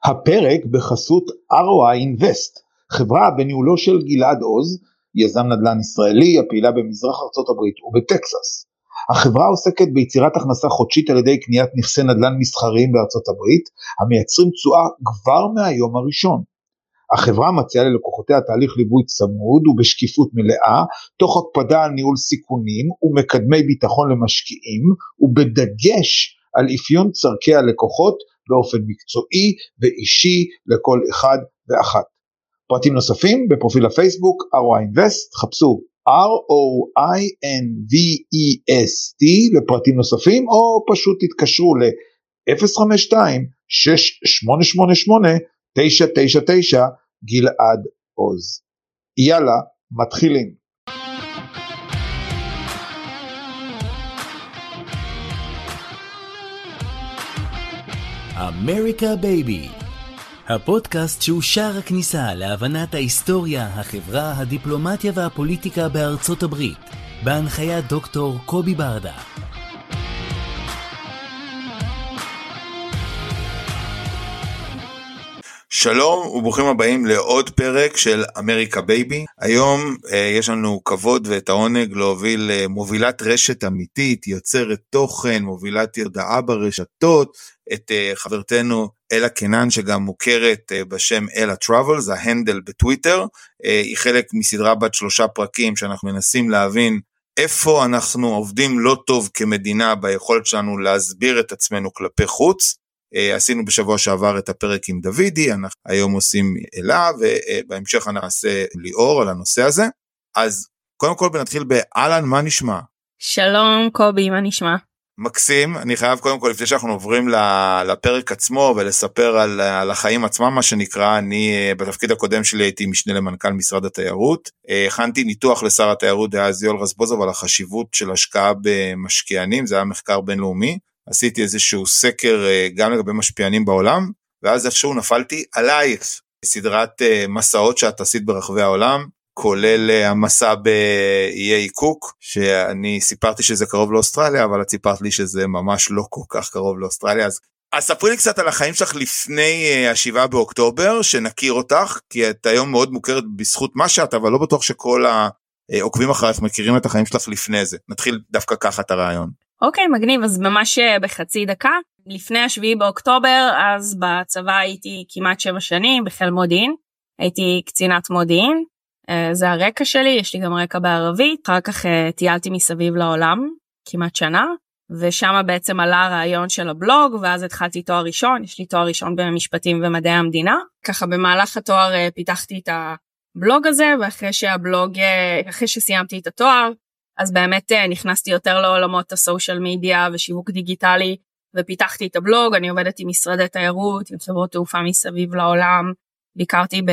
הפרק בחסות ROI Invest, חברה בניהולו של גלעד עוז, יזם נדל"ן ישראלי הפעילה במזרח ארצות הברית ובטקסס. החברה עוסקת ביצירת הכנסה חודשית על ידי קניית נכסי נדל"ן מסחריים בארצות הברית, המייצרים תשואה כבר מהיום הראשון. החברה מציעה ללקוחותיה תהליך ליווי צמוד ובשקיפות מלאה, תוך הקפדה על ניהול סיכונים ומקדמי ביטחון למשקיעים, ובדגש על אפיון צורכי הלקוחות באופן מקצועי ואישי לכל אחד ואחת. פרטים נוספים בפרופיל הפייסבוק ROI Invest, חפשו ROINVEST לפרטים נוספים, או פשוט תתקשרו ל-052-6888-999 גלעד עוז. יאללה, מתחילים. אמריקה בייבי, הפודקאסט שהוא שער הכניסה להבנת ההיסטוריה, החברה, הדיפלומטיה והפוליטיקה בארצות הברית, בהנחיית דוקטור קובי ברדה. שלום וברוכים הבאים לעוד פרק של אמריקה בייבי. היום יש לנו כבוד ואת העונג להוביל מובילת רשת אמיתית, יוצרת תוכן, מובילת הודעה ברשתות, את חברתנו אלה קנן, שגם מוכרת בשם אלה טראבל, זה ההנדל בטוויטר. היא חלק מסדרה בת 3 פרקים שאנחנו מנסים להבין איפה אנחנו עובדים לא טוב כמדינה ביכולת שלנו להסביר את עצמנו כלפי חוץ. עשינו בשבוע שעבר את הפרק עם דוידי, אנחנו היום עושים אלה, ובהמשך נעשה ליאור על הנושא הזה. אז קודם כל נתחיל באלן, מה נשמע? שלום קובי, מה נשמע? מקסים. אני חייב קודם כל, לפני שאנחנו עוברים לפרק עצמו ולספר על החיים עצמם, מה שנקרא, אני בתפקיד הקודם שלי הייתי משנה למנכ"ל משרד התיירות, הכנתי ניתוח לשר התיירות דאז יואל רזבוזוב על החשיבות של השקעה במשקיענים, זה היה מחקר בינלאומי, עשיתי איזשהו סקר גם לגבי משפיענים בעולם, ואז איפשהו נפלתי עלייך, סדרת מסעות שאת עשית ברחבי העולם, כולל המסע באיי קוק, שאני סיפרתי שזה קרוב לאוסטרליה, אבל את סיפרת לי שזה ממש לא כל כך קרוב לאוסטרליה, אז ספרי לי קצת על החיים שלך לפני 7 באוקטובר, שנכיר אותך, כי את היום מאוד מוכרת בזכות מה שאת, אבל לא בטוח שכל העוקבים אחריך מכירים את החיים שלך לפני זה. נתחיל דווקא ככה את הרעיון. אוקיי, מגניב, אז ממש בחצי דקה. לפני 7 באוקטובר, אז בצבא הייתי כמעט 7 שנים בחיל מודיעין, הייתי קצינת מודיעין, זה הרקע שלי, יש לי גם רקע בערבית, אחר כך טיילתי מסביב לעולם, כמעט שנה, ושם בעצם עלה הרעיון של הבלוג, ואז התחלתי תואר ראשון, יש לי תואר ראשון במשפטים ומדעי המדינה, ככה במהלך התואר פיתחתי את הבלוג הזה, אחרי שסיימתי את התואר, אז באמת נכנסתי יותר לעולמות הסושיאל מדיה ושיווק דיגיטלי, ופיתחתי את הבלוג. אני עובדת עם משרדי תיירות, עם חברות תעופה מסביב לעולם, ביקרתי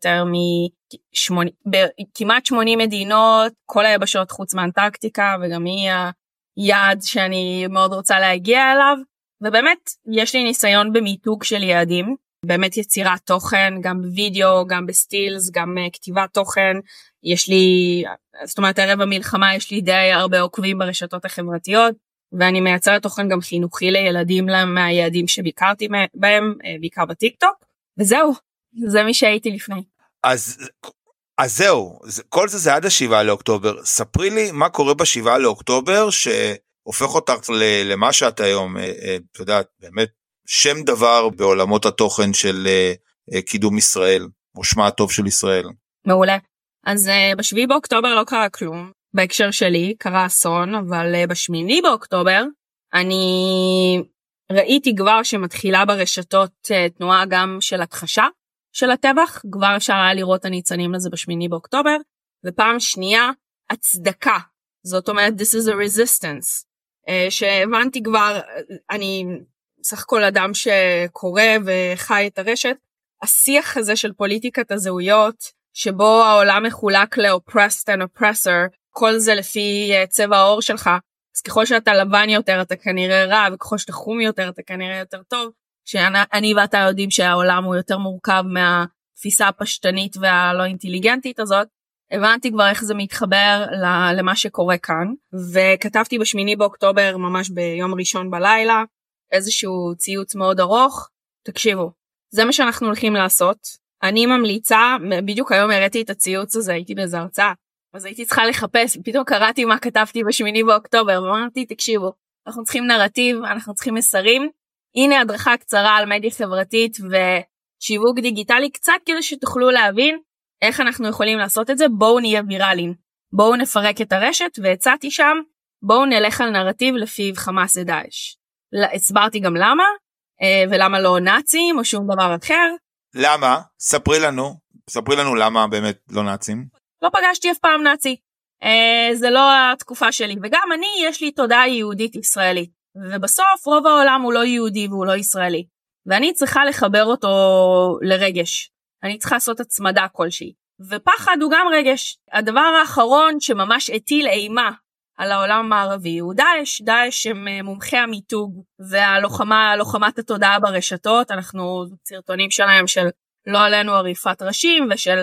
כמעט 80 מדינות, כל היבשות חוץ מאנטרקטיקה, וגם היא היעד שאני מאוד רוצה להגיע אליו, ובאמת יש לי ניסיון במיתוג של יעדים, באמת יצירת תוכן, גם בווידאו, גם בסטילס, גם כתיבת תוכן, יש לי, זאת אומרת, ערב המלחמה יש לי די הרבה עוקבים ברשתות החברתיות, ואני מייצרת תוכן גם חינוכי לילדים מהיעדים שביקרתי בהם, בעיקר בטיקטוק, וזהו, זה מי שהייתי לפני. אז זהו, כל זה עד 7 לאוקטובר, ספרי לי מה קורה ב7 לאוקטובר, שהופך אותך למה שאת היום, אתה יודע, באמת, שם דבר בעולמות התוכן של קידום ישראל, או שמה הטוב של ישראל. מעולה. אז ב7 באוקטובר לא קרה כלום, בהקשר שלי קרה אסון, אבל ב8 באוקטובר אני ראיתי כבר שמתחילה ברשתות תנועה גם של הכחשה של הטבח, כבר אפשר היה לראות הניצנים לזה ב8 באוקטובר, ופעם שנייה הצדקה, זאת אומרת this is a resistance, שהבנתי כבר, אני סך כל אדם שקורא וחי את הרשת, השיח הזה של פוליטיקת הזהויות, שבו העולם מחולק ל-oppressed and oppressor, כל זה לפי צבע העור שלך, אז ככל שאתה לבן יותר אתה כנראה רע, וככל שאתה חום יותר אתה כנראה יותר טוב, שאני ואתה יודעים שהעולם הוא יותר מורכב מהתפיסה הפשטנית והלא אינטליגנטית הזאת, הבנתי כבר איך זה מתחבר למה שקורה כאן, וכתבתי ב8 באוקטובר ממש ביום ראשון בלילה, איזשהו ציוץ מאוד ארוך, תקשיבו, זה מה שאנחנו הולכים לעשות. אני ממליצה, בדיוק היום הראיתי את הציוץ הזה, הייתי באיזו הרצאה, אז הייתי צריכה לחפש, פתאום קראתי מה כתבתי ב8 באוקטובר, ואמרתי, תקשיבו, אנחנו צריכים נרטיב, אנחנו צריכים מסרים, הנה הדרכה קצרה על מדיה חברתית ושיווק דיגיטלי, קצת כדי שתוכלו להבין איך אנחנו יכולים לעשות את זה, בואו נהיה ויראליים, בואו נפרק את הרשת, והצעתי שם, בואו נלך על נרטיב לפיו חמאס זה דאעש. הסברתי גם למה, ולמה לא נאצים או שום דבר אחר. למה? ספרי לנו למה באמת לא נאצים. לא פגשתי אף פעם נאצי, זה לא התקופה שלי, וגם אני יש לי תודעה יהודית ישראלית, ובסוף רוב העולם הוא לא יהודי והוא לא ישראלי, ואני צריכה לחבר אותו לרגש, אני צריכה לעשות הצמדה כלשהי, ופחד הוא גם רגש. הדבר האחרון שממש הטיל אימה על העולם המערבי הוא דאעש הם מומחי המיתוג והלוחמת התודעה ברשתות, אנחנו סרטונים שלהם של לא עלינו עריפת ראשים ושל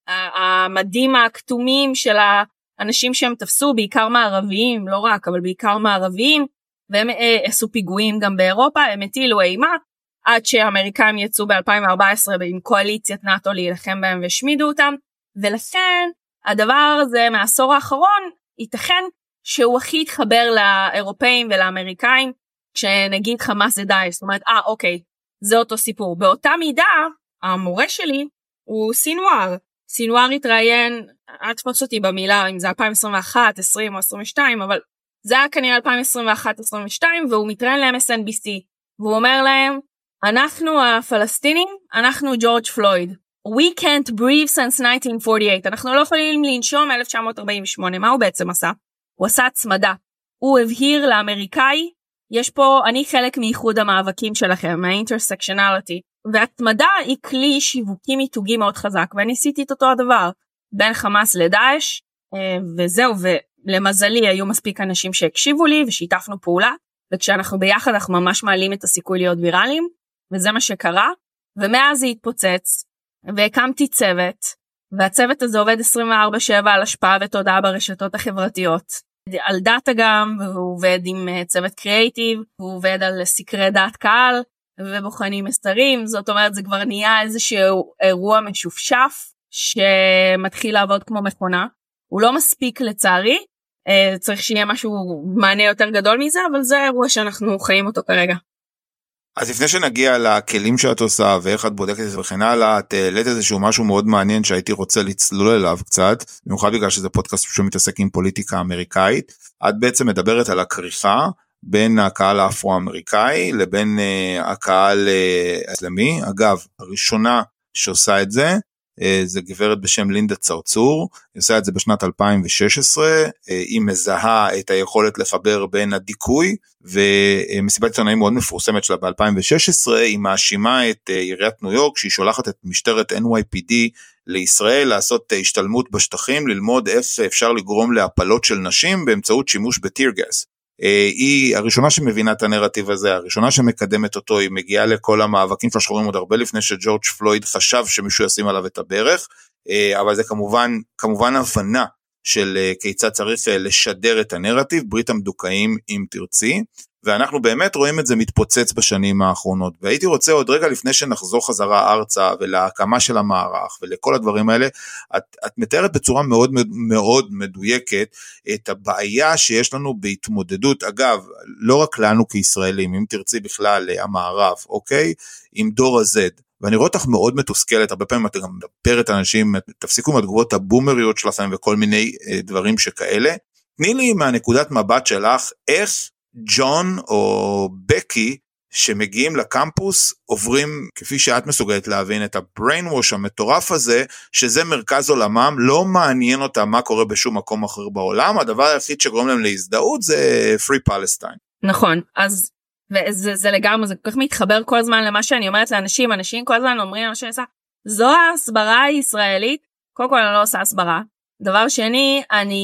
המדים הכתומים של האנשים שהם תפסו, בעיקר מערביים, לא רק, אבל בעיקר מערביים, והם עשו פיגועים גם באירופה, הם הטילו אימה, עד שהאמריקאים יצאו ב-2014 עם קואליציית נאטו להילחם בהם והשמידו אותם, ולכן הדבר הזה מהעשור האחרון, ייתכן שהוא הכי התחבר לאירופאים ולאמריקאים, כשנגיד חמאס זה דאעש, זאת אומרת, אוקיי, זה אותו סיפור. באותה מידה, המורה שלי הוא סינואר, סינואר התראיין, אל תפוס אותי במילה, אם זה 2021, 20 או 22, אבל זה היה כנראה 2021-22, והוא מתראיין ל-MSNBC, והוא אומר להם, אנחנו הפלסטינים, אנחנו ג'ורג' פלויד. We can't breathe since 1948, אנחנו לא יכולים לנשום 1948, מה הוא בעצם עשה? הוא עשה הצמדה, הוא הבהיר לאמריקאי, יש פה, אני חלק מאיחוד המאבקים שלכם, מהאינטרסקשנליטי, והתמדה היא כלי שיווקי מיתוגי מאוד חזק, ואני עשיתי את אותו הדבר, בין חמאס לדאעש, וזהו, ולמזלי היו מספיק אנשים שהקשיבו לי, ושיתפנו פעולה, וכשאנחנו ביחד אנחנו ממש מעלים את הסיכוי להיות ויראליים, וזה מה שקרה, ומאז זה התפוצץ, והקמתי צוות, והצוות הזה עובד 24/7 על השפעה ותודעה ברשתות החברתיות, על דאטה גם, והוא עובד עם צוות קריאייטיב, הוא עובד על סקרי דעת קהל, ובוחנים מסתרים, זאת אומרת זה כבר נהיה איזשהו אירוע משופשף, שמתחיל לעבוד כמו מכונה, הוא לא מספיק לצערי, צריך שיהיה משהו מענה יותר גדול מזה, אבל זה האירוע שאנחנו חיים אותו כרגע. אז לפני שנגיע לכלים שאת עושה, ואיך את בודקת את זה וכן הלאה, את העלית איזשהו משהו מאוד מעניין שהייתי רוצה לצלול אליו קצת, במיוחד בגלל שזה פודקאסט שמתעסק עם פוליטיקה אמריקאית. את בעצם מדברת על הכריכה בין הקהל האפרו-אמריקאי לבין הקהל האסלאמי. אגב, הראשונה שעושה את זה, זה גברת בשם לינדה צרצור, היא עושה את זה בשנת 2016, היא מזהה את היכולת לחבר בין הדיכוי, ומסיבת עיתונאים מאוד מפורסמת שלה ב-2016, היא מאשימה את עיריית ניו יורק, שהיא שולחת את משטרת NYPD לישראל, לעשות השתלמות בשטחים, ללמוד איך אפשר לגרום להפלות של נשים, באמצעות שימוש בטיר גס. היא הראשונה שמבינה את הנרטיב הזה, הראשונה שמקדמת אותו, היא מגיעה לכל המאבקים של השחורים עוד הרבה לפני שג'ורג' פלויד חשב שמישהו ישים עליו את הברך, אבל זה כמובן הבנה של כיצד צריך לשדר את הנרטיב, ברית המדוכאים אם תרצי, ואנחנו באמת רואים את זה מתפוצץ בשנים האחרונות, והייתי רוצה עוד רגע לפני שנחזור חזרה ארצה ולהקמה של המערך ולכל הדברים האלה, את מתארת בצורה מאוד מאוד מדויקת את הבעיה שיש לנו בהתמודדות, אגב, לא רק לנו כישראלים, אם תרצי בכלל המערב, אוקיי? עם דור ה-Z, ואני רואה אותך מאוד מתוסכלת, הרבה פעמים אתה גם מדברת על אנשים, תפסיקו מהתגובות הבומריות שלכם וכל מיני דברים שכאלה, תני לי מהנקודת מבט שלך, איך ג'ון או בקי שמגיעים לקמפוס עוברים, כפי שאת מסוגלת להבין, את הבריינווש המטורף הזה, שזה מרכז עולמם, לא מעניין אותם מה קורה בשום מקום אחר בעולם, הדבר היחיד שגורם להם להזדהות זה Free Palestine. נכון, אז זה לגמרי, זה כל כך מתחבר כל הזמן למה שאני אומרת לאנשים, אנשים כל הזמן אומרים, זו ההסברה הישראלית, קודם כל אני לא עושה הסברה, דבר שני,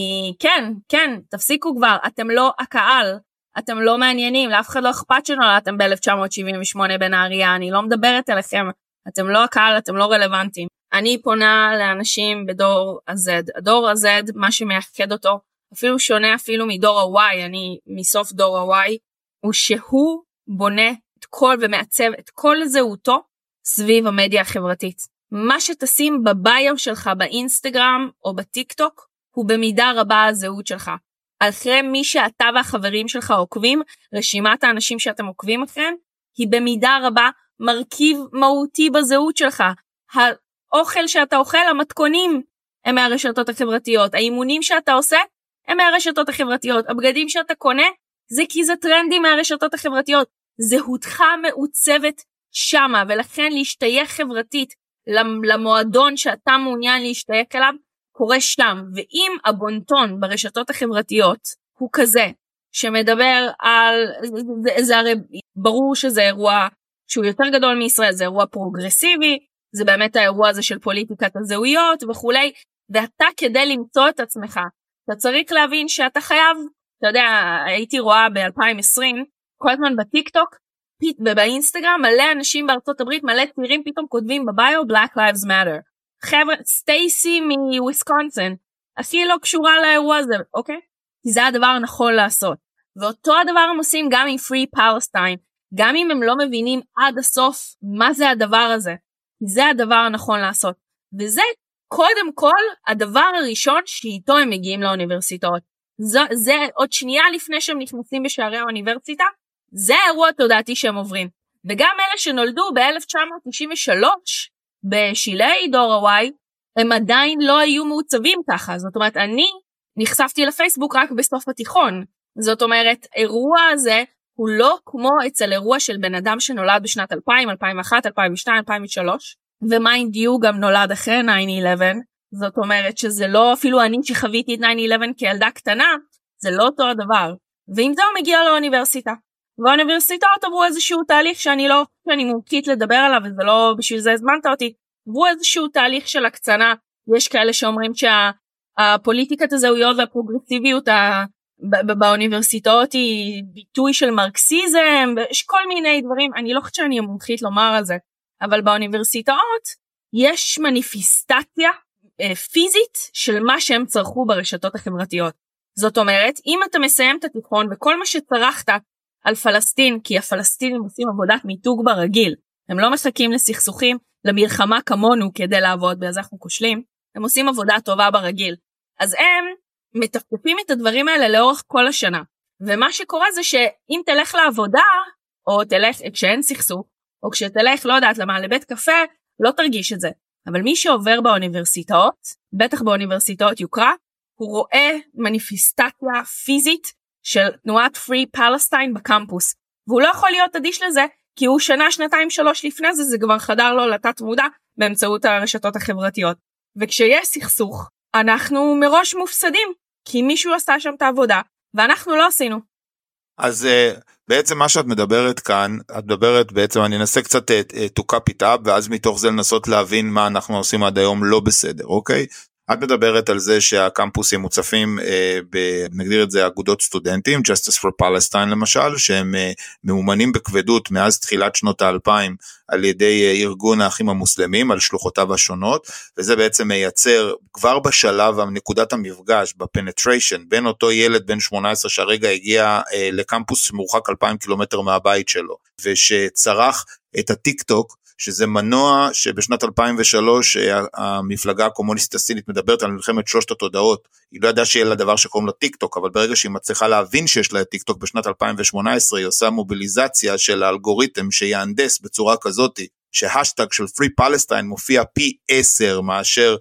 כן, תפסיקו כבר, אתם לא הקהל, אתם לא מעניינים, לאף אחד לא אכפת שנולדתם ב-1978 בנהריה, אני לא מדברת אליכם, אתם לא הקהל, אתם לא רלוונטיים. אני פונה לאנשים בדור ה-Z, הדור ה-Z, מה שמייחד אותו, אפילו שונה אפילו מדור ה-Y, אני מסוף דור ה-Y, הוא שהוא בונה את כל ומעצב את כל זהותו סביב המדיה החברתית. מה שתשים בביו שלך באינסטגרם או בטיקטוק, הוא במידה רבה הזהות שלך. אחרי מי שאתה והחברים שלך עוקבים, רשימת האנשים שאתם עוקבים אחריהם, היא במידה רבה מרכיב מהותי בזהות שלך. האוכל שאתה אוכל, המתכונים, הם מהרשתות החברתיות. האימונים שאתה עושה, הם מהרשתות החברתיות. הבגדים שאתה קונה, זה כי זה טרנדים מהרשתות החברתיות. זהותך מעוצבת שמה, ולכן להשתייך חברתית למועדון שאתה מעוניין להשתייך אליו, קורה שם. ואם הבונטון ברשתות החברתיות הוא כזה, שמדבר על, זה הרי ברור שזה אירוע שהוא יותר גדול מישראל, זה אירוע פרוגרסיבי, זה באמת האירוע הזה של פוליטיקת הזהויות וכולי, ואתה כדי למצוא את עצמך, אתה צריך להבין שאתה חייב, אתה יודע, הייתי רואה ב-2020, כל הזמן בטיקטוק, ובאינסטגרם, מלא אנשים בארצות הברית, מלא צעירים פתאום כותבים בביו, Black Lives Matter. חבר'ה, סטייסי מוויסקונסין, הכי לא קשורה לאירוע הזה, אוקיי? כי זה הדבר הנכון לעשות. ואותו הדבר הם עושים גם עם Free Palestine, גם אם הם לא מבינים עד הסוף מה זה הדבר הזה. זה הדבר הנכון לעשות. וזה קודם כל הדבר הראשון שאיתו הם מגיעים לאוניברסיטאות. זה עוד שנייה לפני שהם נכנסים בשערי האוניברסיטה, זה האירוע התודעתי שהם עוברים. וגם אלה שנולדו ב-1993, בשילי דור ה-Y, הם עדיין לא היו מעוצבים ככה. זאת אומרת, אני נחשפתי לפייסבוק רק בסוף התיכון. זאת אומרת, אירוע הזה הוא לא כמו אצל אירוע של בן אדם שנולד בשנת 2000, 2001, 2002, 2003, ומיינד יו גם נולד אחרי 9/11, זאת אומרת שזה לא אפילו אני שחוויתי את 9/11 כילדה קטנה, זה לא אותו הדבר. ועם זה הוא מגיע לאוניברסיטה. והאוניברסיטאות עברו איזשהו תהליך שאני מומחית לדבר עליו, וזה לא בשביל זה הזמנת אותי, עברו איזשהו תהליך של הקצנה. יש כאלה שאומרים שהפוליטיקת הזהויות והפרוגרסיביות באוניברסיטאות היא ביטוי של מרקסיזם, יש כל מיני דברים, אני לא חושבת שאני מומחית לומר על זה, אבל באוניברסיטאות יש מניפיסטציה פיזית של מה שהם צרכו ברשתות החברתיות. זאת אומרת, אם אתה מסיים את התיכון וכל מה שצרכת על פלסטין, כי הפלסטינים עושים עבודת מיתוג ברגיל, הם לא מחכים לסכסוכים, למלחמה כמונו כדי לעבוד, בגלל זה אנחנו כושלים, הם עושים עבודה טובה ברגיל. אז הם מטפטפים את הדברים האלה לאורך כל השנה. ומה שקורה זה שאם תלך לעבודה, או תלך כשאין סכסוך, או כשתלך, לא יודעת למה, לבית קפה, לא תרגיש את זה. אבל מי שעובר באוניברסיטאות, בטח באוניברסיטאות יוקרה, הוא רואה מניפיסטציה פיזית של תנועת Free Palestine בקמפוס. והוא לא יכול להיות אדיש לזה, כי הוא שנה, שנתיים, 3 לפני זה, זה כבר חדר לו לתת מודע באמצעות הרשתות החברתיות. וכשיש סכסוך, אנחנו מראש מופסדים, כי מישהו עשה שם את העבודה, ואנחנו לא עשינו. אז בעצם מה שאת מדברת כאן, את מדברת בעצם, אני אנסה קצת to cap it up, ואז מתוך זה לנסות להבין מה אנחנו עושים עד היום לא בסדר, אוקיי? את מדברת על זה שהקמפוסים מוצפים, נגדיר את זה אגודות סטודנטים, Justice for Palestine למשל, שהם ממומנים בכבדות מאז תחילת שנות ה-2000 על ידי ארגון האחים המוסלמים, על שלוחותיו השונות, וזה בעצם מייצר כבר בשלב, נקודת המפגש, בפנטריישן, בין אותו ילד בן 18 שהרגע הגיע לקמפוס שמורחק 2,000 קילומטר מהבית שלו, ושצרך את הטיק-טוק, שזה מנוע שבשנת 2003 המפלגה הקומוניסטית הסינית מדברת על מלחמת 3 התודעות, היא לא ידעה שיהיה לה דבר שקוראים לה טיק טוק, אבל ברגע שהיא מצליחה להבין שיש לה טיק טוק בשנת 2018, היא עושה מוביליזציה של האלגוריתם שיהנדס בצורה כזאת, שהשטג של Free Palestine מופיע פי 10 מאשר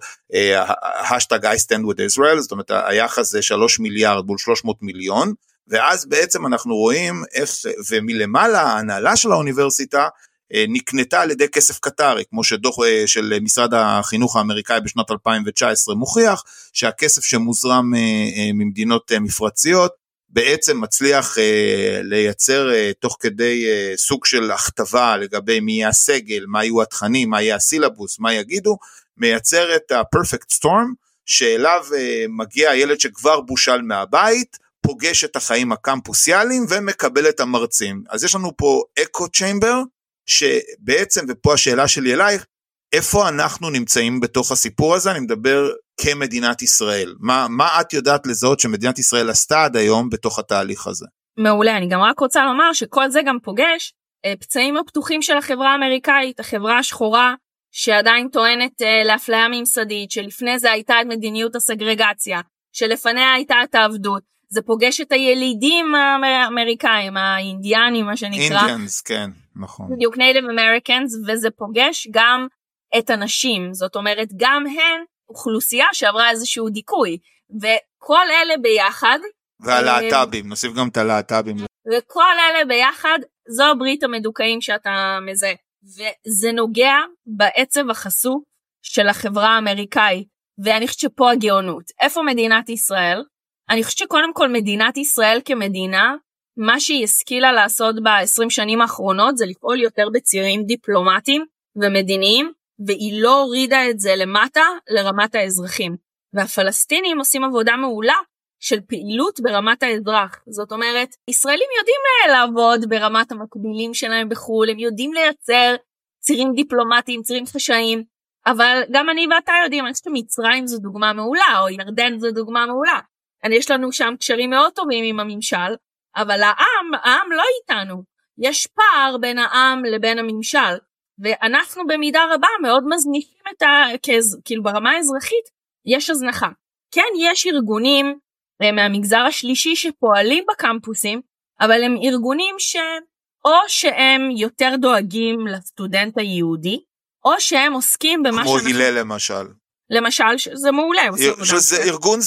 השטג I stand with Israel, זאת אומרת היחס זה 3 מיליארד מול 300 מיליון, ואז בעצם אנחנו רואים איך, ומלמעלה ההנהלה של האוניברסיטה, נקנתה על ידי כסף קטרי, כמו שדוח של משרד החינוך האמריקאי בשנת 2019 מוכיח, שהכסף שמוזרם ממדינות מפרציות, בעצם מצליח לייצר תוך כדי סוג של הכתבה לגבי מי יהיה הסגל, מה יהיו התכנים, מה יהיה הסילבוס, מה יגידו, מייצר את ה-perfect storm, שאליו מגיע הילד שכבר בושל מהבית, פוגש את החיים הקמפוסיאליים ומקבל את המרצים. אז יש לנו פה אקו צ'יימבר, שבעצם, ופה השאלה שלי אלייך, איפה אנחנו נמצאים בתוך הסיפור הזה? אני מדבר כמדינת ישראל. מה את יודעת לזהות שמדינת ישראל עשתה עד היום בתוך התהליך הזה? מעולה, אני גם רק רוצה לומר שכל זה גם פוגש הפצעים הפתוחים של החברה האמריקאית, החברה השחורה שעדיין טוענת לאפליה ממסדית, שלפני זה הייתה את מדיניות הסגרגציה, שלפניה הייתה את העבדות, זה פוגש את הילידים האמריקאים, האינדיאנים, מה שנקרא. אינדיאנס, כן, נכון. בדיוק, Native Americans, וזה פוגש גם את הנשים, זאת אומרת, גם הן אוכלוסייה שעברה איזשהו דיכוי, וכל אלה ביחד, והלהט"בים, נוסיף גם את הלהט"בים. וכל אלה ביחד, זו ברית המדוכאים שאתה מזהה, וזה נוגע בעצב החשוף של החברה האמריקאית, ואני חושבת שפה הגאונות. איפה מדינת ישראל? אני חושבת שקודם כל מדינת ישראל כמדינה, מה שהיא השכילה לעשות ב-20 שנים האחרונות, זה לפעול יותר בצירים דיפלומטיים ומדיניים, והיא לא הורידה את זה למטה לרמת האזרחים. והפלסטינים עושים עבודה מעולה של פעילות ברמת האזרח. זאת אומרת, ישראלים יודעים לעבוד ברמת המקבילים שלהם בחו"ל, הם יודעים לייצר צירים דיפלומטיים, צירים חשאיים, אבל גם אני ואתה יודעים, אני חושבת שמצרים זו דוגמה מעולה, או ירדן זו דוגמה מעולה. יש לנו שם קשרים מאוד טובים עם הממשל, אבל העם לא איתנו. יש פער בין העם לבין הממשל, ואנחנו במידה רבה מאוד מזניחים כאילו ברמה האזרחית, יש הזנחה. כן, יש ארגונים מהמגזר השלישי שפועלים בקמפוסים, אבל הם ארגונים או שהם יותר דואגים לסטודנט היהודי, או שהם עוסקים במה כמו הילל למשל, זה מעולה. שזה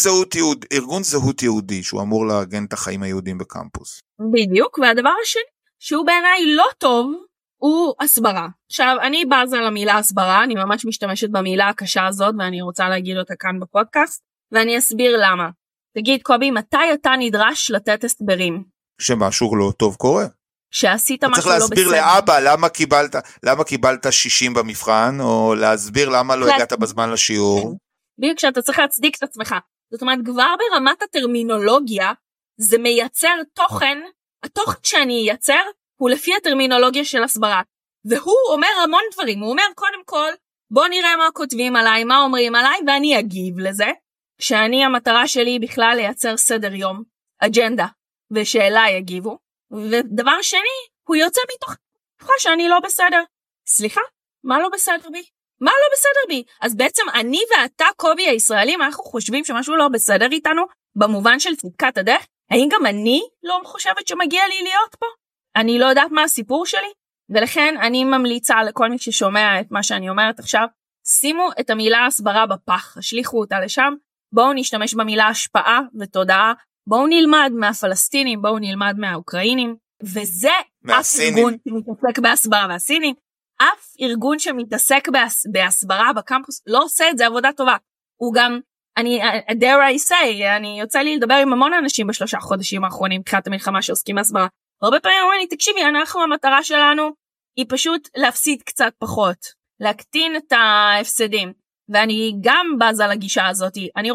ארגון זהות יהודי, שהוא אמור להגן את החיים היהודים בקמפוס. בדיוק, והדבר השני, שהוא בעיניי לא טוב, הוא הסברה. עכשיו, אני בזה למילה הסברה, אני ממש משתמשת במילה הקשה הזאת, ואני רוצה להגיד אותה כאן בפודקאסט, ואני אסביר למה. תגיד, קובי, מתי אתה נדרש לתת הסברים? שמשהו לא טוב קורה. שעשית משהו לא בסדר. צריך להסביר לאבא למה קיבלת 60 במבחן, או להסביר למה לא הגעת בזמן לשיעור. בדיוק, שאתה צריך להצדיק את עצמך. זאת אומרת, כבר ברמת הטרמינולוגיה, זה מייצר תוכן, התוכן שאני אייצר, הוא לפי הטרמינולוגיה של הסברה. והוא אומר המון דברים, הוא אומר קודם כל, בוא נראה מה כותבים עליי, מה אומרים עליי, ואני אגיב לזה, שאני המטרה שלי בכלל לייצר סדר יום, אג'נדה, ושאלה יגיבו. ודבר שני, הוא יוצא מתוך שאני לא בסדר. סליחה? מה לא בסדר בי? מה לא בסדר בי? אז בעצם אני ואתה, קובי הישראלים, אנחנו חושבים שמשהו לא בסדר איתנו, במובן של צדקת הדרך. האם גם אני לא חושבת שמגיע לי להיות פה? אני לא יודעת מה הסיפור שלי, ולכן אני ממליצה לכל מי ששומע את מה שאני אומרת עכשיו, שימו את המילה הסברה בפח, השליחו אותה לשם, בואו נשתמש במילה השפעה ותודעה, בואו נלמד מהפלסטינים, בואו נלמד מהאוקראינים, וזה אף ארגון שמתעסק בהסברה, והסינים, אף ארגון שמתעסק בהסברה בקמפוס, לא עושה את זה עבודה טובה. הוא גם, dare I say, אני יוצא לי לדבר עם המון אנשים ב3 חודשים האחרונים, תחילת המלחמה שעוסקים בהסברה, הרבה פעמים אומרים לי, תקשיבי, המטרה שלנו היא פשוט להפסיד קצת פחות, להקטין את ההפסדים, ואני גם בזה לגישה הזאת,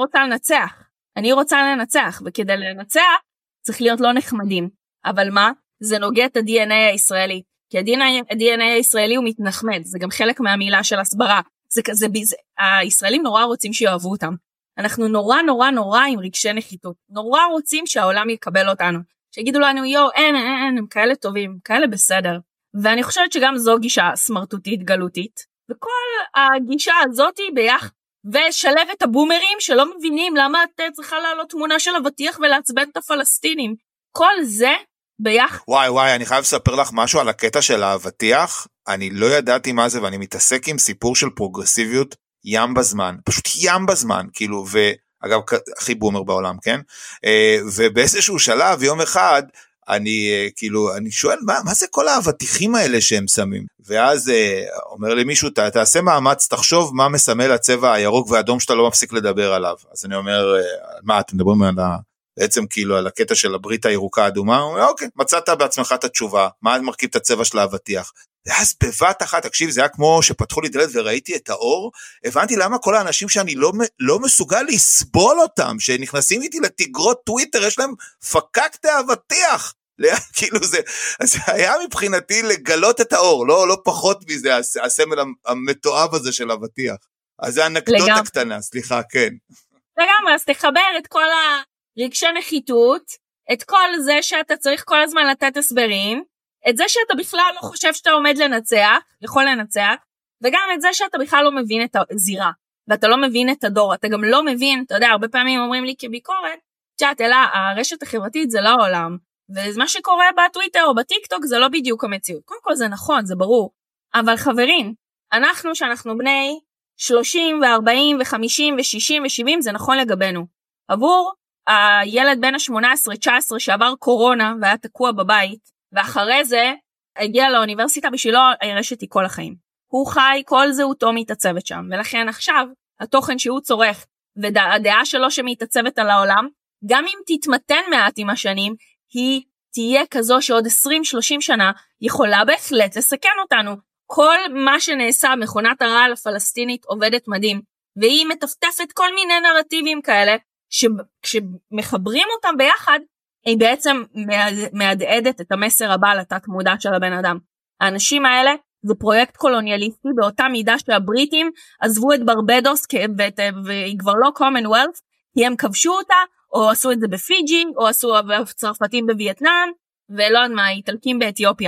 אני רוצה לנצח, וכדי לנצח צריך להיות לא נחמדים, אבל מה? זה נוגע את ה-DNA הישראלי, כי ה-DNA הישראלי הוא מתנחמד, זה גם חלק מהמילה של הסברה, הישראלים נורא רוצים שיאהבו אותם, אנחנו נורא עם רגשי נחיתות, נורא רוצים שהעולם יקבל אותנו, שיגידו לנו, אין, הם כאלה טובים, כאלה בסדר. ואני חושבת שגם זו גישה סמרטוטית גלותית. וכל הגישה הזאת ביחד, ושלב את הבומרים שלא מבינים למה את צריכה לעלות תמונה של אבטיח ולעצבן את הפלסטינים. כל זה ביחד. וואי, אני חייב לספר לך משהו על הקטע של האבטיח. אני לא ידעתי מה זה, ואני מתעסק עם סיפור של פרוגרסיביות ים בזמן. פשוט ים בזמן, כאילו, אגב, הכי בומר בעולם, כן? ובאיזשהו שלב, יום אחד, אני שואל, מה זה כל האבטיחים האלה שהם שמים? ואז אומר לי מישהו, תעשה מאמץ, תחשוב מה מסמל הצבע הירוק והאדום שאתה לא מפסיק לדבר עליו. אז אני אומר, מה, אתם מדברים בעצם כאילו על הקטע של הברית הירוקה האדומה? הוא אומר, אוקיי, מצאת בעצמך את התשובה, מה מרכיב את הצבע של האבטיח? ואז בבת אחת, תקשיב, זה היה כמו שפתחו לי דלת וראיתי את האור, הבנתי למה כל האנשים שאני לא מסוגל לסבול אותם, שנכנסים איתי לתגרות טוויטר, יש להם פקקת האבטיח, כאילו זה היה מבחינתי לגלות את האור, לא פחות מזה, הסמל המתואב הזה של אבטיח. אז זה אנקדוטה קטנה, סליחה, כן. לגמרי, אז תחבר את כל הרגשי נחיתות, את כל זה שאתה צריך כל הזמן לתת הסברים, את זה שאתה בכלל לא חושב שאתה עומד לנצח, יכול לנצח, וגם את זה שאתה בכלל לא מבין את הזירה, ואתה לא מבין את הדור, אתה גם לא מבין, אתה יודע, הרבה פעמים אומרים לי כביקורת, אלא הרשת החברתית זה לא העולם, ומה שקורה בטוויטר או בטיקטוק זה לא בדיוק המציאות. קודם כל זה נכון, זה ברור, אבל חברים, שאנחנו בני 30 ו-40 ו-50 ו-60 ו-70, זה נכון לגבינו. עבור הילד בין ה-18-19 שעבר קורונה והיה תקוע בבית, ואחרי זה הגיע לאוניברסיטה בשבילו הרשת היא כל החיים. הוא חי, כל זהותו מתעצבת שם, ולכן עכשיו התוכן שהוא צורך והדעה שלו שמתעצבת על העולם, גם אם תתמתן מעט עם השנים, היא תהיה כזו שעוד 20-30 שנה יכולה בהחלט לסכן אותנו. כל מה שנעשה, מכונת הרעל הפלסטינית עובדת מדהים, והיא מטפטפת כל מיני נרטיבים כאלה, כשמחברים אותם ביחד, היא בעצם מהדהדת את המסר הבא לתת מודע של הבן אדם. האנשים האלה זה פרויקט קולוניאליסטי, באותה מידה שהבריטים עזבו את ברבדוס, והיא כבר לא קומנוולף, כי הם כבשו אותה, או עשו את זה בפיג'י, או עשו צרפתים בווייטנאם, ולא יודע מה, איטלקים באתיופיה.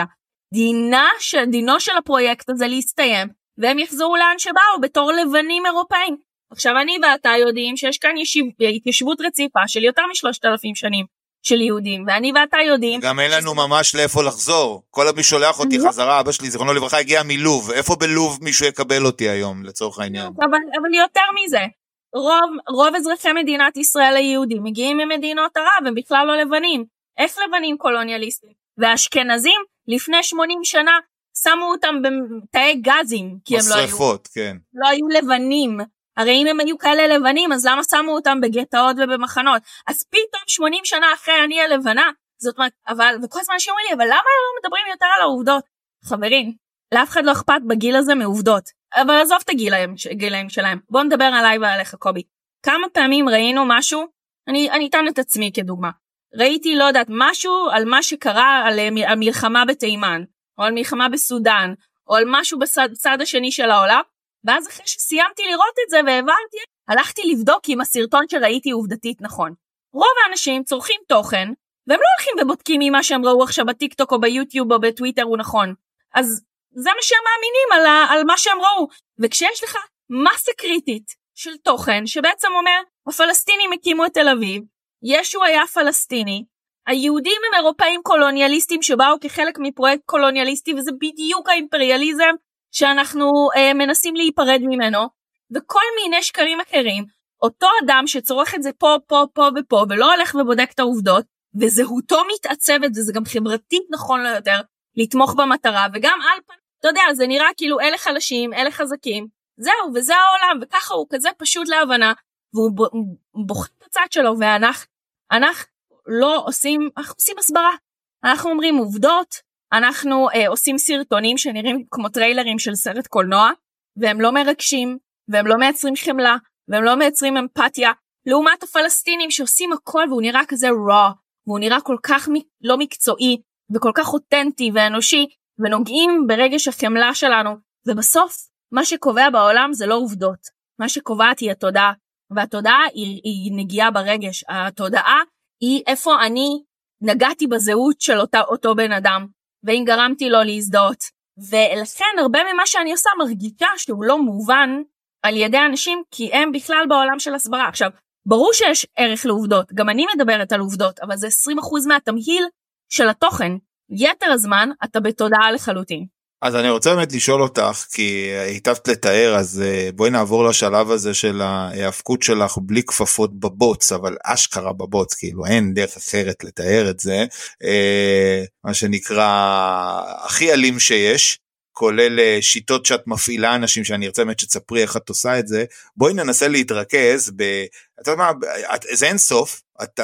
דינו של הפרויקט הזה להסתיים, והם יחזרו לאן שבאו, בתור לבנים אירופאים. עכשיו אני ואתה יודעים שיש כאן התיישבות רציפה של יותר מ-3,000 שנים של יהודים, ואני ואתה יודעים... גם אין לנו ממש לאיפה לחזור. כל מי שולח אותי חזרה, אבא שלי, זיכרונו לברכה, הגיע מלוב. איפה בלוב מישהו יקבל אותי היום, לצורך העניין? אבל יותר מזה, רוב אזרחי מדינת ישראל היהודים מגיעים ממדינות ערב, הם בכלל לא לבנים. איך לבנים קולוניאליסטים? והאשכנזים לפני 80 שנה שמו אותם בתאי גזים, כי הם לא היו לבנים. הרי אם הם היו כאלה לבנים, אז למה שמו אותם בגטאות ובמחנות? אז פתאום 80 שנה אחרי אני הלבנה, זאת אומרת, וכל הזמן שאומרים לי, אבל למה לא מדברים יותר על העובדות? חברים, לאף אחד לא אכפת בגיל הזה מעובדות, אבל עזוב את הגילאים שלהם. בואו נדבר עליי ועליך, קובי. כמה פעמים ראינו משהו, אני אתן את עצמי כדוגמה, ראיתי, לא יודעת, משהו על מה שקרה על המלחמה בתימן, או על מלחמה בסודן, או על משהו בצד השני של העולם, ואז אחרי שסיימתי לראות את זה והבנתי, הלכתי לבדוק אם הסרטון שראיתי עובדתית נכון. רוב האנשים צורכים תוכן, והם לא הולכים ובודקים אם מה שהם ראו עכשיו בטיקטוק או ביוטיוב או בטוויטר הוא נכון. אז זה מה שהם מאמינים על מה שהם ראו. וכשיש לך מסה קריטית של תוכן שבעצם אומר, הפלסטינים הקימו את תל אביב, ישו היה פלסטיני, היהודים הם אירופאים קולוניאליסטים שבאו כחלק מפרויקט קולוניאליסטי, וזה בדיוק האימפריאליזם שאנחנו מנסים להיפרד ממנו, וכל מיני שקרים אחרים, אותו אדם שצורך את זה פה, פה, פה ופה, ולא הולך ובודק את העובדות, וזהותו מתעצבת, וזה גם חברתית נכון לו יותר, לתמוך במטרה, וגם על פן, אתה יודע, זה נראה כאילו אלה חלשים, אלה חזקים, זהו, וזה העולם, וככה הוא כזה פשוט להבנה, והוא בוחר את הצד שלו, אנחנו לא עושים, אנחנו עושים הסברה, אנחנו אומרים עובדות, אנחנו עושים סרטונים שנראים כמו טריילרים של סרט קולנוע, והם לא מרגשים, והם לא מייצרים חמלה, והם לא מייצרים אמפתיה, לעומת הפלסטינים שעושים הכל, והוא נראה כזה raw, והוא נראה כל כך לא מקצועי, וכל כך אותנטי ואנושי, ונוגעים ברגש החמלה שלנו, ובסוף מה שקובע בעולם זה לא עובדות, מה שקובעת היא התודעה, והתודעה היא נגיעה ברגש, התודעה היא איפה אני נגעתי בזהות של אותו בן אדם, ואם גרמתי לו להזדהות, ולכן הרבה ממה שאני עושה מרגישה שהוא לא מובן על ידי אנשים, כי הם בכלל בעולם של הסברה. עכשיו, ברור שיש ערך לעובדות, גם אני מדברת על עובדות, אבל זה 20% מהתמהיל של התוכן, יתר הזמן אתה בתודעה לחלוטין. אז אני רוצה באמת לשאול אותך, כי היטבת לתאר, אז בואי נעבור לשלב הזה של ההאבקות שלך בלי כפפות בבוץ, אבל אשכרה בבוץ, כאילו אין דרך אחרת לתאר את זה, מה שנקרא הכי אלים שיש, כולל שיטות שאת מפעילה אנשים, שאני ארצה באמת שתספרי איך את עושה את זה. בואי ננסה להתרכז אתה יודע מה, זה אין סוף,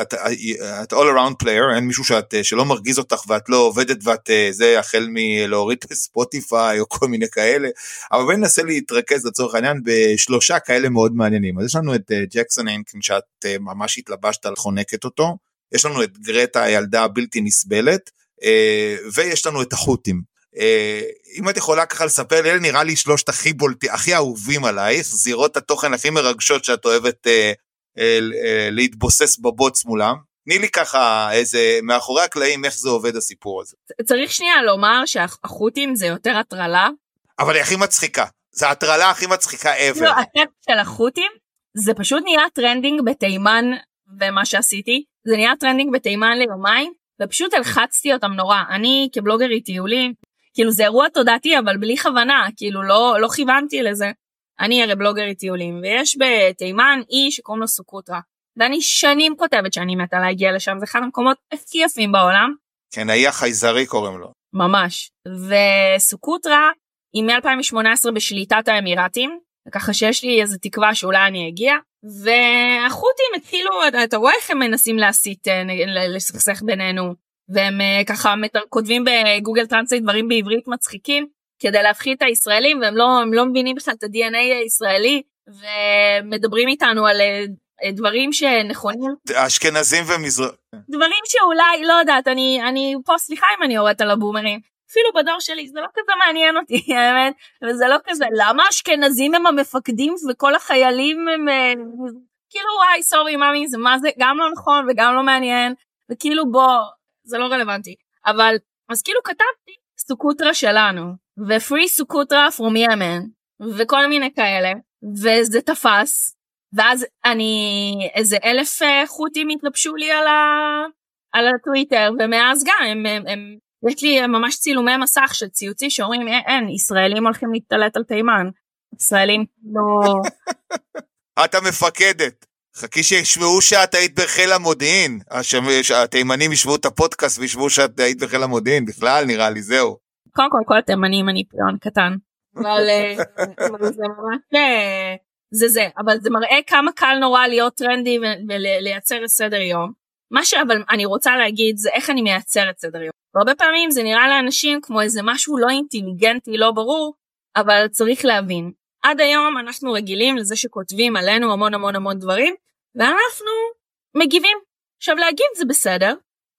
את all around player, אין מישהו שלא מרגיז אותך ואת לא עובדת, ואת זה החל מלהוריד ספוטיפיי או כל מיני כאלה, אבל בואי ננסה להתרכז לצורך העניין בשלושה כאלה מאוד מעניינים. אז יש לנו את ג'קסון הנקין שאת ממש התלבשת על חונקת אותו, יש לנו את גרטה הילדה הבלתי נסבלת, ויש לנו את החות'ים. אם את יכולה ככה לספר לי, נראה לי שלושת הכי אהובים עלייך, זירות התוכן הכי מרגשות שאת אוהבת להתבוסס בבוץ מולם. תני לי ככה איזה, מאחורי הקלעים, איך זה עובד הסיפור הזה. צריך שנייה לומר שהחות'ים זה יותר הטרלה. אבל היא הכי מצחיקה. זה הטרלה הכי מצחיקה ever. לא, הטקסט של החות'ים, זה פשוט נהיה טרנדינג בתימן, ומה שעשיתי, זה נהיה טרנדינג בתימן ליומיים, ופשוט הלחצתי אותם נורא. אני כבלוגרית טיולים, כאילו זה אירוע תודעתי, אבל בלי כוונה, כאילו לא כיוונתי לזה. אני הרי בלוגרית טיולים, ויש בתימן איש שקוראים לו סוקוטרה, ואני שנים כותבת שאני מתה להגיע לשם, זה אחד המקומות הכי יפים בעולם. כן, האי החייזרי קוראים לו. ממש. וסוקוטרה היא מ-2018 בשליטת האמירתים, וככה שיש לי איזו תקווה שאולי אני אגיע, והחות'ים התחילו, אתה רואה איך הם מנסים להסית, לסכסך בינינו, והם ככה כותבים בגוגל טרנסלייט דברים בעברית מצחיקים, כדי להפחיד את הישראלים, והם לא מבינים בכלל את ה-DNA הישראלי, ומדברים איתנו על דברים שנכונים. אשכנזים ומזרח. דברים שאולי, לא יודעת, אני פה סליחה אם אני יורדת על הבומרים, אפילו בדור שלי, זה לא כזה מעניין אותי, האמת, וזה לא כזה, למה אשכנזים הם המפקדים וכל החיילים הם, כאילו וואי, סורי ממי, זה מה זה, גם לא נכון וגם לא מעניין, וכאילו בוא, זה לא רלוונטי, אבל, אז כאילו כתבתי סוקוטרה שלנו, ו-free סוקוטרה from Yemen, וכל מיני כאלה, וזה תפס, ואז איזה 1,000 חות'ים התלבשו לי על הטוויטר, ומאז גם יש לי ממש צילומי מסך של ציוצי שאומרים, אין, ישראלים הולכים להתעלת על תימן. ישראלים לא... אתה מפקדת. חכי שישמעו שאת היית בחיל המודיעין. התימנים ישמעו את הפודקאסט וישמעו שאת היית בחיל המודיעין. בכלל נראה לי, זהו. קודם כל התימנים אני פיון קטן. אבל זה ממש... זה. אבל זה מראה כמה קל נורא להיות טרנדי ולייצר את סדר יום. מה אבל אני רוצה להגיד זה איך אני מייצרת סדר יום. והרבה פעמים זה נראה לאנשים כמו איזה משהו לא אינטליגנטי, לא ברור, אבל צריך להבין. עד היום אנחנו רגילים לזה שכותבים עלינו המון דברים, ואנחנו מגיבים. עכשיו להגיב זה בסדר,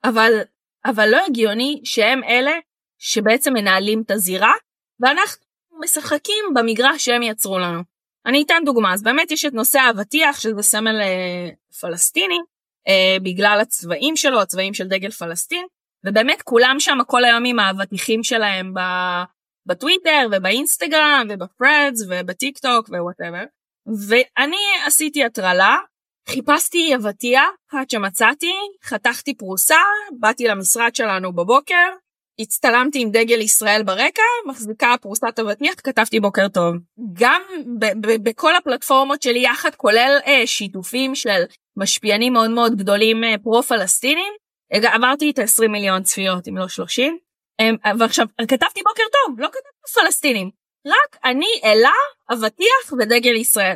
אבל לא הגיוני שהם אלה שבעצם מנהלים את הזירה, ואנחנו משחקים במגרש שהם יצרו לנו. אני אתן דוגמה, אז באמת יש את נושא האבטיח, שזה סמל פלסטיני, בגלל הצבעים שלו, הצבעים של דגל פלסטין, ובאמת כולם שם כל היום עם האבטיחים שלהם בטוויטר ובאינסטגרם ובפרדס ובטיק טוק ווואטאבר, ואני עשיתי הטרלה, חיפשתי אבטיח, עד שמצאתי, חתכתי פרוסה, באתי למשרד שלנו בבוקר, הצטלמתי עם דגל ישראל ברקע, מחזיקה פרוסת אבטיח, כתבתי בוקר טוב. גם בכל הפלטפורמות שלי יחד, כולל שיתופים של משפיענים מאוד גדולים פרו-פלסטינים, עברתי את 20 מיליון צפיות, אם לא 30, ועכשיו כתבתי בוקר טוב, לא כתבתי פלסטינים, רק אני אלה אבטיח ודגל ישראל.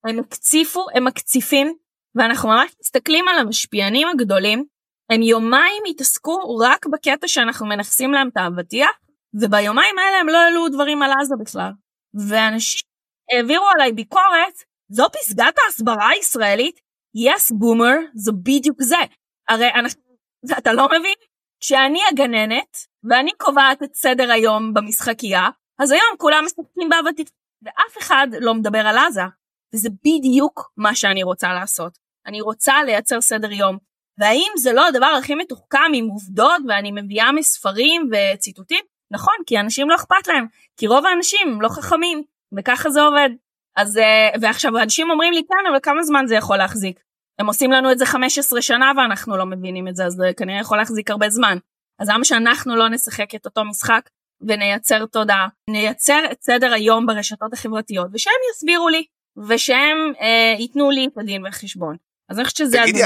הם מקציפים, ואנחנו ממש מסתכלים על המשפיענים הגדולים, הם יומיים התעסקו רק בקטע שאנחנו מנחסים להם את האבטיח, וביומיים האלה הם לא העלו דברים על עזה בכלל. ואנשים העבירו עליי ביקורת, זו פסגת ההסברה הישראלית, yes boomer, זו בדיוק זה. הרי אתה לא מבין? כשאני הגננת, ואני קובעת את סדר היום במשחקייה, אז היום כולם משחקים באבטיח, ואף אחד לא מדבר על עזה. וזה בדיוק מה שאני רוצה לעשות. אני רוצה לייצר סדר יום. והאם זה לא הדבר הכי מתוחכם עם עובדות, ואני מביאה מספרים וציטוטים? נכון, כי אנשים לא אכפת להם, כי רוב האנשים לא חכמים, וככה זה עובד. אז, ועכשיו האנשים אומרים לי, כן, אבל כמה זמן זה יכול להחזיק? הם עושים לנו את זה 15 שנה, ואנחנו לא מבינים את זה, אז זה כנראה יכול להחזיק הרבה זמן. אז למה שאנחנו לא נשחק את אותו משחק, ונייצר תודעה, נייצר את סדר היום ברשתות החברתיות, ושהם יסבירו לי, ושהם ייתנו לי את הדין והחשבון. אז אני חושבת שזה... תגידי,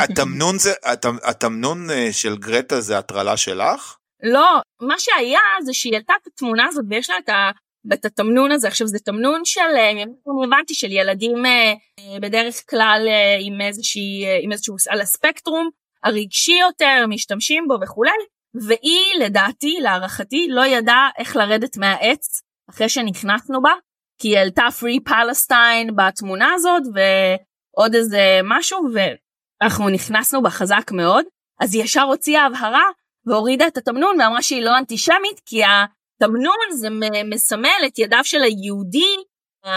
התמנון של גרטה זה הטרלה שלך? לא, מה שהיה זה שהיא העלתה את התמונה הזאת, ויש לה את התמנון הזה, עכשיו זה תמנון של, אני הבנתי, של ילדים בדרך כלל עם איזשהו על הספקטרום, הרגשי יותר, משתמשים בו וכולי, והיא לדעתי, להערכתי, לא ידעה איך לרדת מהעץ, אחרי שנכנסנו בה, כי היא העלתה Free Palestine בתמונה הזאת, ועוד איזה משהו, ואנחנו נכנסנו בה חזק מאוד, אז היא ישר הוציאה הבהרה, והורידה את התמנון, ואמרה שהיא לא אנטישמית, כי התמנון זה מסמל את ידיו של היהודי,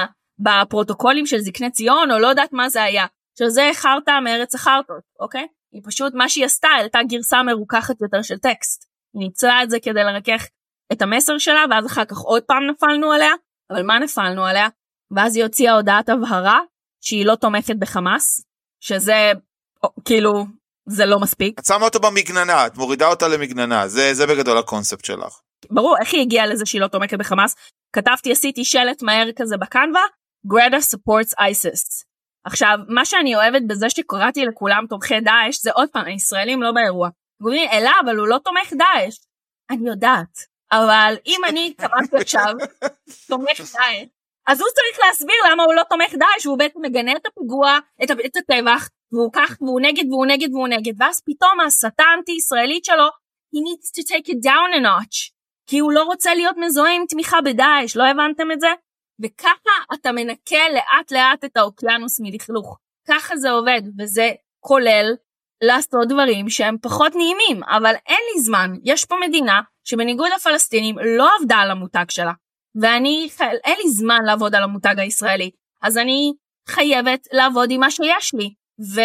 בפרוטוקולים של זקני ציון, או לא יודעת מה זה היה, שזה חרטה מארץ החרטות, אוקיי? היא פשוט, מה שהיא עשתה, העלתה גרסה מרוככת יותר של טקסט. היא ניצלה את זה כדי לרכך את המסר שלה, ואז אחר כך עוד פעם נפלנו עליה, אבל מה נפלנו עליה? ואז היא הוציאה הודעת הבהרה, שהיא לא תומכת בחמאס, שזה, כאילו, זה לא מספיק. את שמה אותו במגננה, את מורידה אותה למגננה, זה בגדול הקונספט שלך. ברור, איך היא הגיעה לזה שהיא לא תומכת בחמאס? כתבתי, עשיתי שלט מהר כזה בקנבה, Greta supports ISIS. עכשיו, מה שאני אוהבת בזה שקראתי לכולם תומכי דאעש, זה עוד פעם, הישראלים לא באירוע. גורים, אלה, אבל הוא לא תומך דאעש. אני יודעת. אבל אם אני קראתי עכשיו, תומך דאעש, אז הוא צריך להסביר למה הוא לא תומך דאעש, והוא בעצם מגנה את הפיגוע, את הטבח, והוא כך, והוא נגד, והוא נגד, והוא נגד, ואז פתאום הסתה האנטי-ישראלית שלו, he needs to take it down a notch, כי הוא לא רוצה להיות מזוהה עם תמיכה בדאעש, לא הבנתם את זה? וככה אתה מנקה לאט לאט את האוקיינוס מלכלוך. ככה זה עובד, וזה כולל לעשות דברים שהם פחות נעימים, אבל אין לי זמן. יש פה מדינה שבניגוד לפלסטינים לא עבדה על המותג שלה, ואין לי זמן לעבוד על המותג הישראלי, אז אני חייבת לעבוד עם מה שיש לי.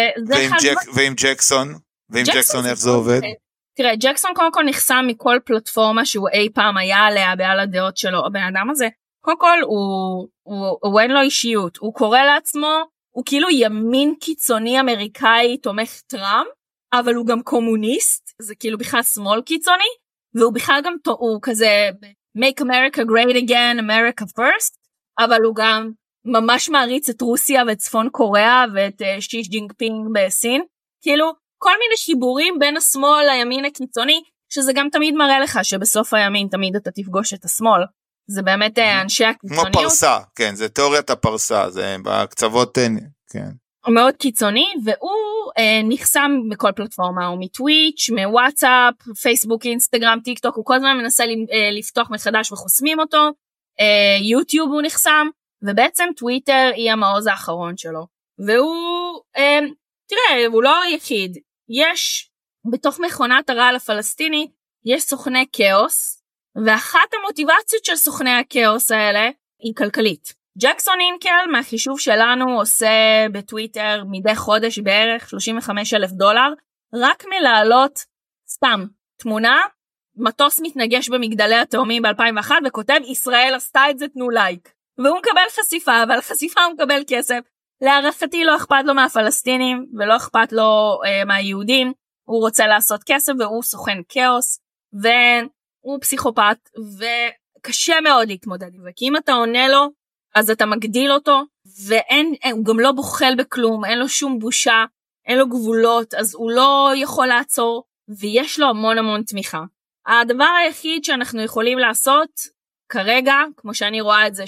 ועם ג'קסון? ועם ג'קסון איך זה עובד? תראה, ג'קסון קודם כל נחסם מכל פלטפורמה שהוא אי פעם היה עליה בעל הדעות שלו. הבן אדם הזה, קודם כל הוא אין לו אישיות, הוא קורא לעצמו, הוא כאילו ימין קיצוני אמריקאי תומך טראמפ, אבל הוא גם קומוניסט, זה כאילו בכלל שמאל קיצוני, והוא בכלל גם, הוא כזה make America great again, America first, אבל הוא גם ממש מעריץ את רוסיה ואת צפון קוריאה ואת שיש ג'ינגפינג בסין, כאילו כל מיני חיבורים בין השמאל לימין הקיצוני, שזה גם תמיד מראה לך שבסוף הימין תמיד אתה תפגוש את השמאל, זה באמת אנשי הקיצוניות. כמו פרסה, כן, זה תיאוריית הפרסה, זה בקצוות, כן. הוא מאוד קיצוני, והוא נחסם בכל פלטפורמה, הוא מטוויץ', מוואטסאפ, פייסבוק, אינסטגרם, טיק טוק, הוא כל הזמן מנסה לפתוח מחדש וחוסמים אותו, יוטיוב הוא נחסם, ובעצם טוויטר היא המעוז האחרון שלו, והוא, תראה, הוא לא היחיד, יש בתוך מכונת הרעל הפלסטינית, יש סוכני כאוס, ואחת המוטיבציות של סוכני הכאוס האלה היא כלכלית. ג'קסון אינקל מהחישוב שלנו עושה בטוויטר מדי חודש בערך $35,000, רק מלהעלות סתם תמונה, מטוס מתנגש במגדלי התאומים ב-2001 וכותב ישראל עשתה את זה תנו לייק. והוא מקבל חשיפה, ועל חשיפה הוא מקבל כסף. להערכתי לא אכפת לו מהפלסטינים ולא אכפת לו מהיהודים, הוא רוצה לעשות כסף והוא סוכן כאוס והוא פסיכופת וקשה מאוד להתמודד עם זה, כי אם אתה עונה לו אז אתה מגדיל אותו, והוא גם לא בוחל בכלום, אין לו שום בושה, אין לו גבולות, אז הוא לא יכול לעצור, ויש לו המון המון תמיכה. הדבר היחיד שאנחנו יכולים לעשות, כרגע, כמו שאני רואה את זה,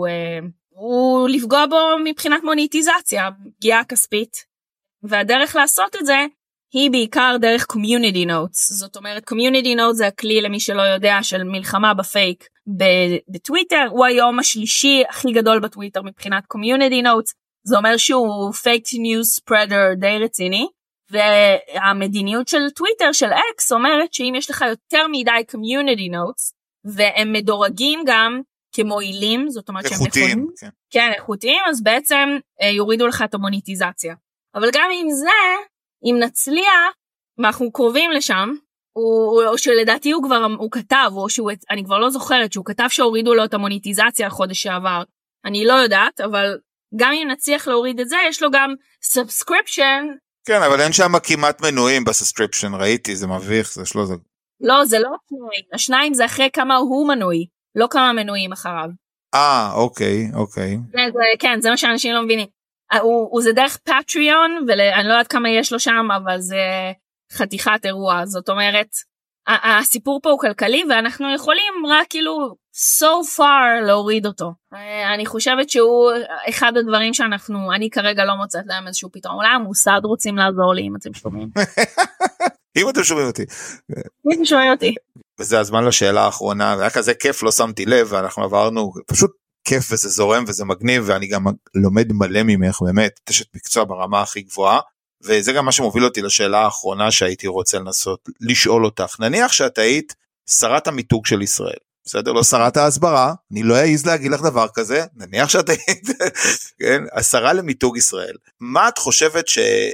הוא לפגוע בו מבחינת מוניטיזציה, פגיעה כספית, והדרך לעשות את זה, היא בעיקר דרך community notes, זאת אומרת, community notes זה הכלי למי שלא יודע, של מלחמה בפייק, בטוויטר, הוא היום השלישי הכי גדול בטוויטר מבחינת community notes, זה אומר שהוא fake news spreader די רציני, והמדיניות של טוויטר של אקס אומרת שאם יש לך יותר מדי community notes, והם מדורגים גם כמועילים, זאת אומרת שהם איכותיים, כן, איכותיים, אז בעצם יורידו לך את המוניטיזציה. אבל גם עם זה, אם נצליח, אנחנו קרובים לשם, או שלדעתי הוא כתב, או אני כבר לא זוכרת, שהוא כתב שהורידו לו את המוניטיזציה החודש שעבר, אני לא יודעת, אבל גם אם נצליח להוריד את זה, יש לו גם subscription. כן, אבל אין שם כמעט מנויים בסאבסקריפשן, ראיתי, זה מביך, זה שלא זה. לא, זה לא מנוי, השניים זה אחרי כמה הוא מנוי, לא כמה מנויים אחריו. אוקיי. כן, זה מה שאנשים לא מבינים. זה דרך פטריון, ואני לא יודעת כמה יש לו שם, אבל זה חתיכת אירוע, זאת אומרת, הסיפור פה הוא כלכלי, ואנחנו יכולים רק כאילו so far להוריד אותו. אני חושבת שהוא אחד הדברים אני כרגע לא מוצאת להם איזשהו פתרון, אולי המוסד רוצים לעזור לי, אם אתם שומעים. אם אתם שומעים אותי. אם אתם שומעים אותי. וזה הזמן לשאלה האחרונה, והיה כזה כיף, לא שמתי לב, ואנחנו עברנו, פשוט כיף וזה זורם וזה מגניב, ואני גם לומד מלא ממך, באמת, תשת מקצוע ברמה הכי גבוהה, וזה גם מה שמוביל אותי לשאלה האחרונה שהייתי רוצה לנסות לשאול אותך. נניח שאת היית שרת המיתוג של ישראל, בסדר, לא שרת ההסברה, אני לא אעז להגיד לך דבר כזה, נניח שאת היית, כן, השרה למיתוג ישראל. מה את חושבת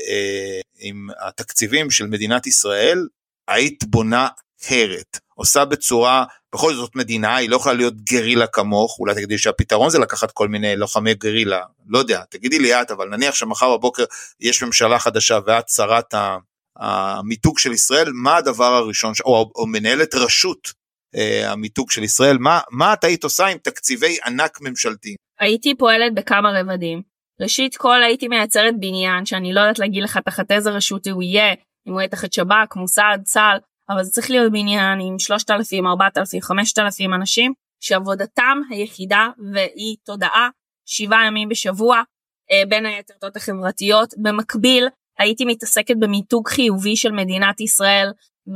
שעם התקציבים של מדינת ישראל, היית בונה אחרת, עושה בצורה, בכל זאת מדינה, היא לא יכולה להיות גרילה כמוך, אולי תגידי שהפתרון זה לקחת כל מיני לוחמי גרילה, לא יודע, תגידי לי את, אבל נניח שמחר בבוקר יש ממשלה חדשה, ואת שרת המיתוג של ישראל, מה הדבר הראשון, או מנהלת רשות המיתוג של ישראל, מה את היית עושה עם תקציבי ענק ממשלתי? הייתי פועלת בכמה רבדים. ראשית כל הייתי מייצרת בניין, שאני לא יודעת להגיד לך תחת איזה רשות הוא יהיה, אם הוא יהיה תחת שב"כ, מוסד, צה"ל, אבל זה צריך להיות בניין עם 3,000, 4,000, 5,000 אנשים, שעבודתם היחידה והיא תודעה 7 ימים בשבוע, בין היתרתות החברתיות. במקביל, הייתי מתעסקת במיתוג חיובי של מדינת ישראל,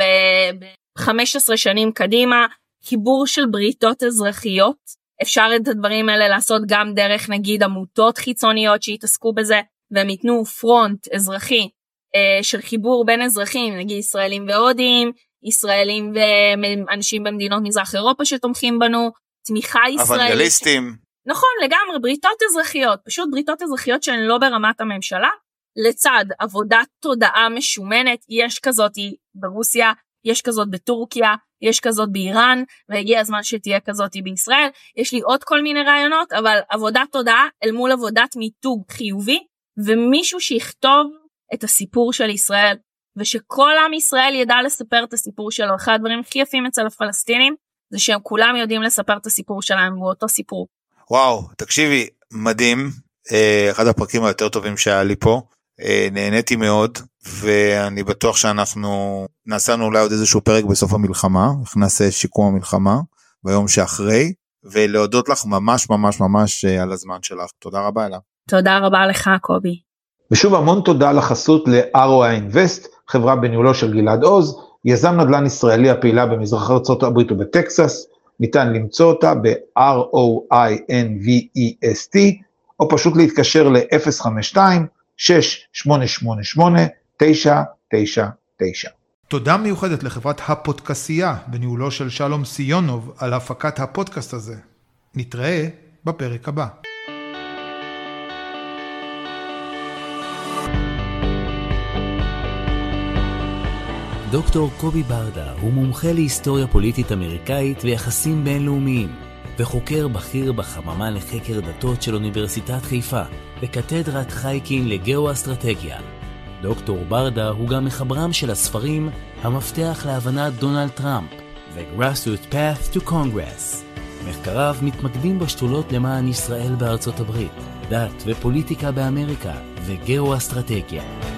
ב-15 שנים קדימה, חיבור של בריתות אזרחיות, אפשר את הדברים האלה לעשות גם דרך נגיד עמותות חיצוניות שהתעסקו בזה, והם ייתנו פרונט אזרחי, של חיבור בין אזרחים, נגיד ישראלים והודים, ישראלים ואנשים במדינות מזרח אירופה שתומכים בנו, תמיכה ישראלית. אוונגליסטים. נכון, לגמרי, בריתות אזרחיות, פשוט בריתות אזרחיות שהן לא ברמת הממשלה, לצד עבודת תודעה משומנת, יש כזאת ברוסיה, יש כזאת בטורקיה, יש כזאת באיראן, והגיע הזמן שתהיה כזאת בישראל, יש לי עוד כל מיני רעיונות, אבל עבודת תודעה אל מול עבודת מיתוג חיובי, ומישהו שיכתוב את הסיפור של ישראל, ושכל עם ישראל ידע לספר את הסיפור שלו. אחד הדברים הכי יפים אצל הפלסטינים, זה שהם כולם יודעים לספר את הסיפור שלהם, הוא אותו סיפור. וואו, תקשיבי, מדהים, אחד הפרקים היותר טובים שהיה לי פה, נהניתי מאוד, ואני בטוח שאנחנו נעשינו אולי עוד איזשהו פרק בסוף המלחמה, איך נעשה שיקום המלחמה, ביום שאחרי, ולהודות לך ממש ממש ממש על הזמן שלך. תודה רבה אלה. תודה רבה לך קובי. ושוב המון תודה לחסות ל-ROI Invest, חברה בניהולו של גלעד עוז, יזם נדל"ן ישראלי הפעילה במזרח ארצות הברית ובטקסס, ניתן למצוא אותה ב-ROINVEST, או פשוט להתקשר ל-052-6888-999. תודה מיוחדת לחברת הפודקאסייה, בניהולו של שלום סיונוב, על הפקת הפודקאסט הזה. נתראה בפרק הבא. דוקטור קובי ברדה הוא מומחה להיסטוריה פוליטית אמריקאית ויחסים בינלאומיים, וחוקר בכיר בחממה לחקר דתות של אוניברסיטת חיפה, וקתדרת חייקין לגאו-אסטרטגיה. דוקטור ברדה הוא גם מחברם של הספרים המפתח להבנת דונלד טראמפ ו-Grassroots Path to Congress. מחקריו מתמקדים בשתולות למען ישראל בארצות הברית, דת ופוליטיקה באמריקה וגאו-אסטרטגיה.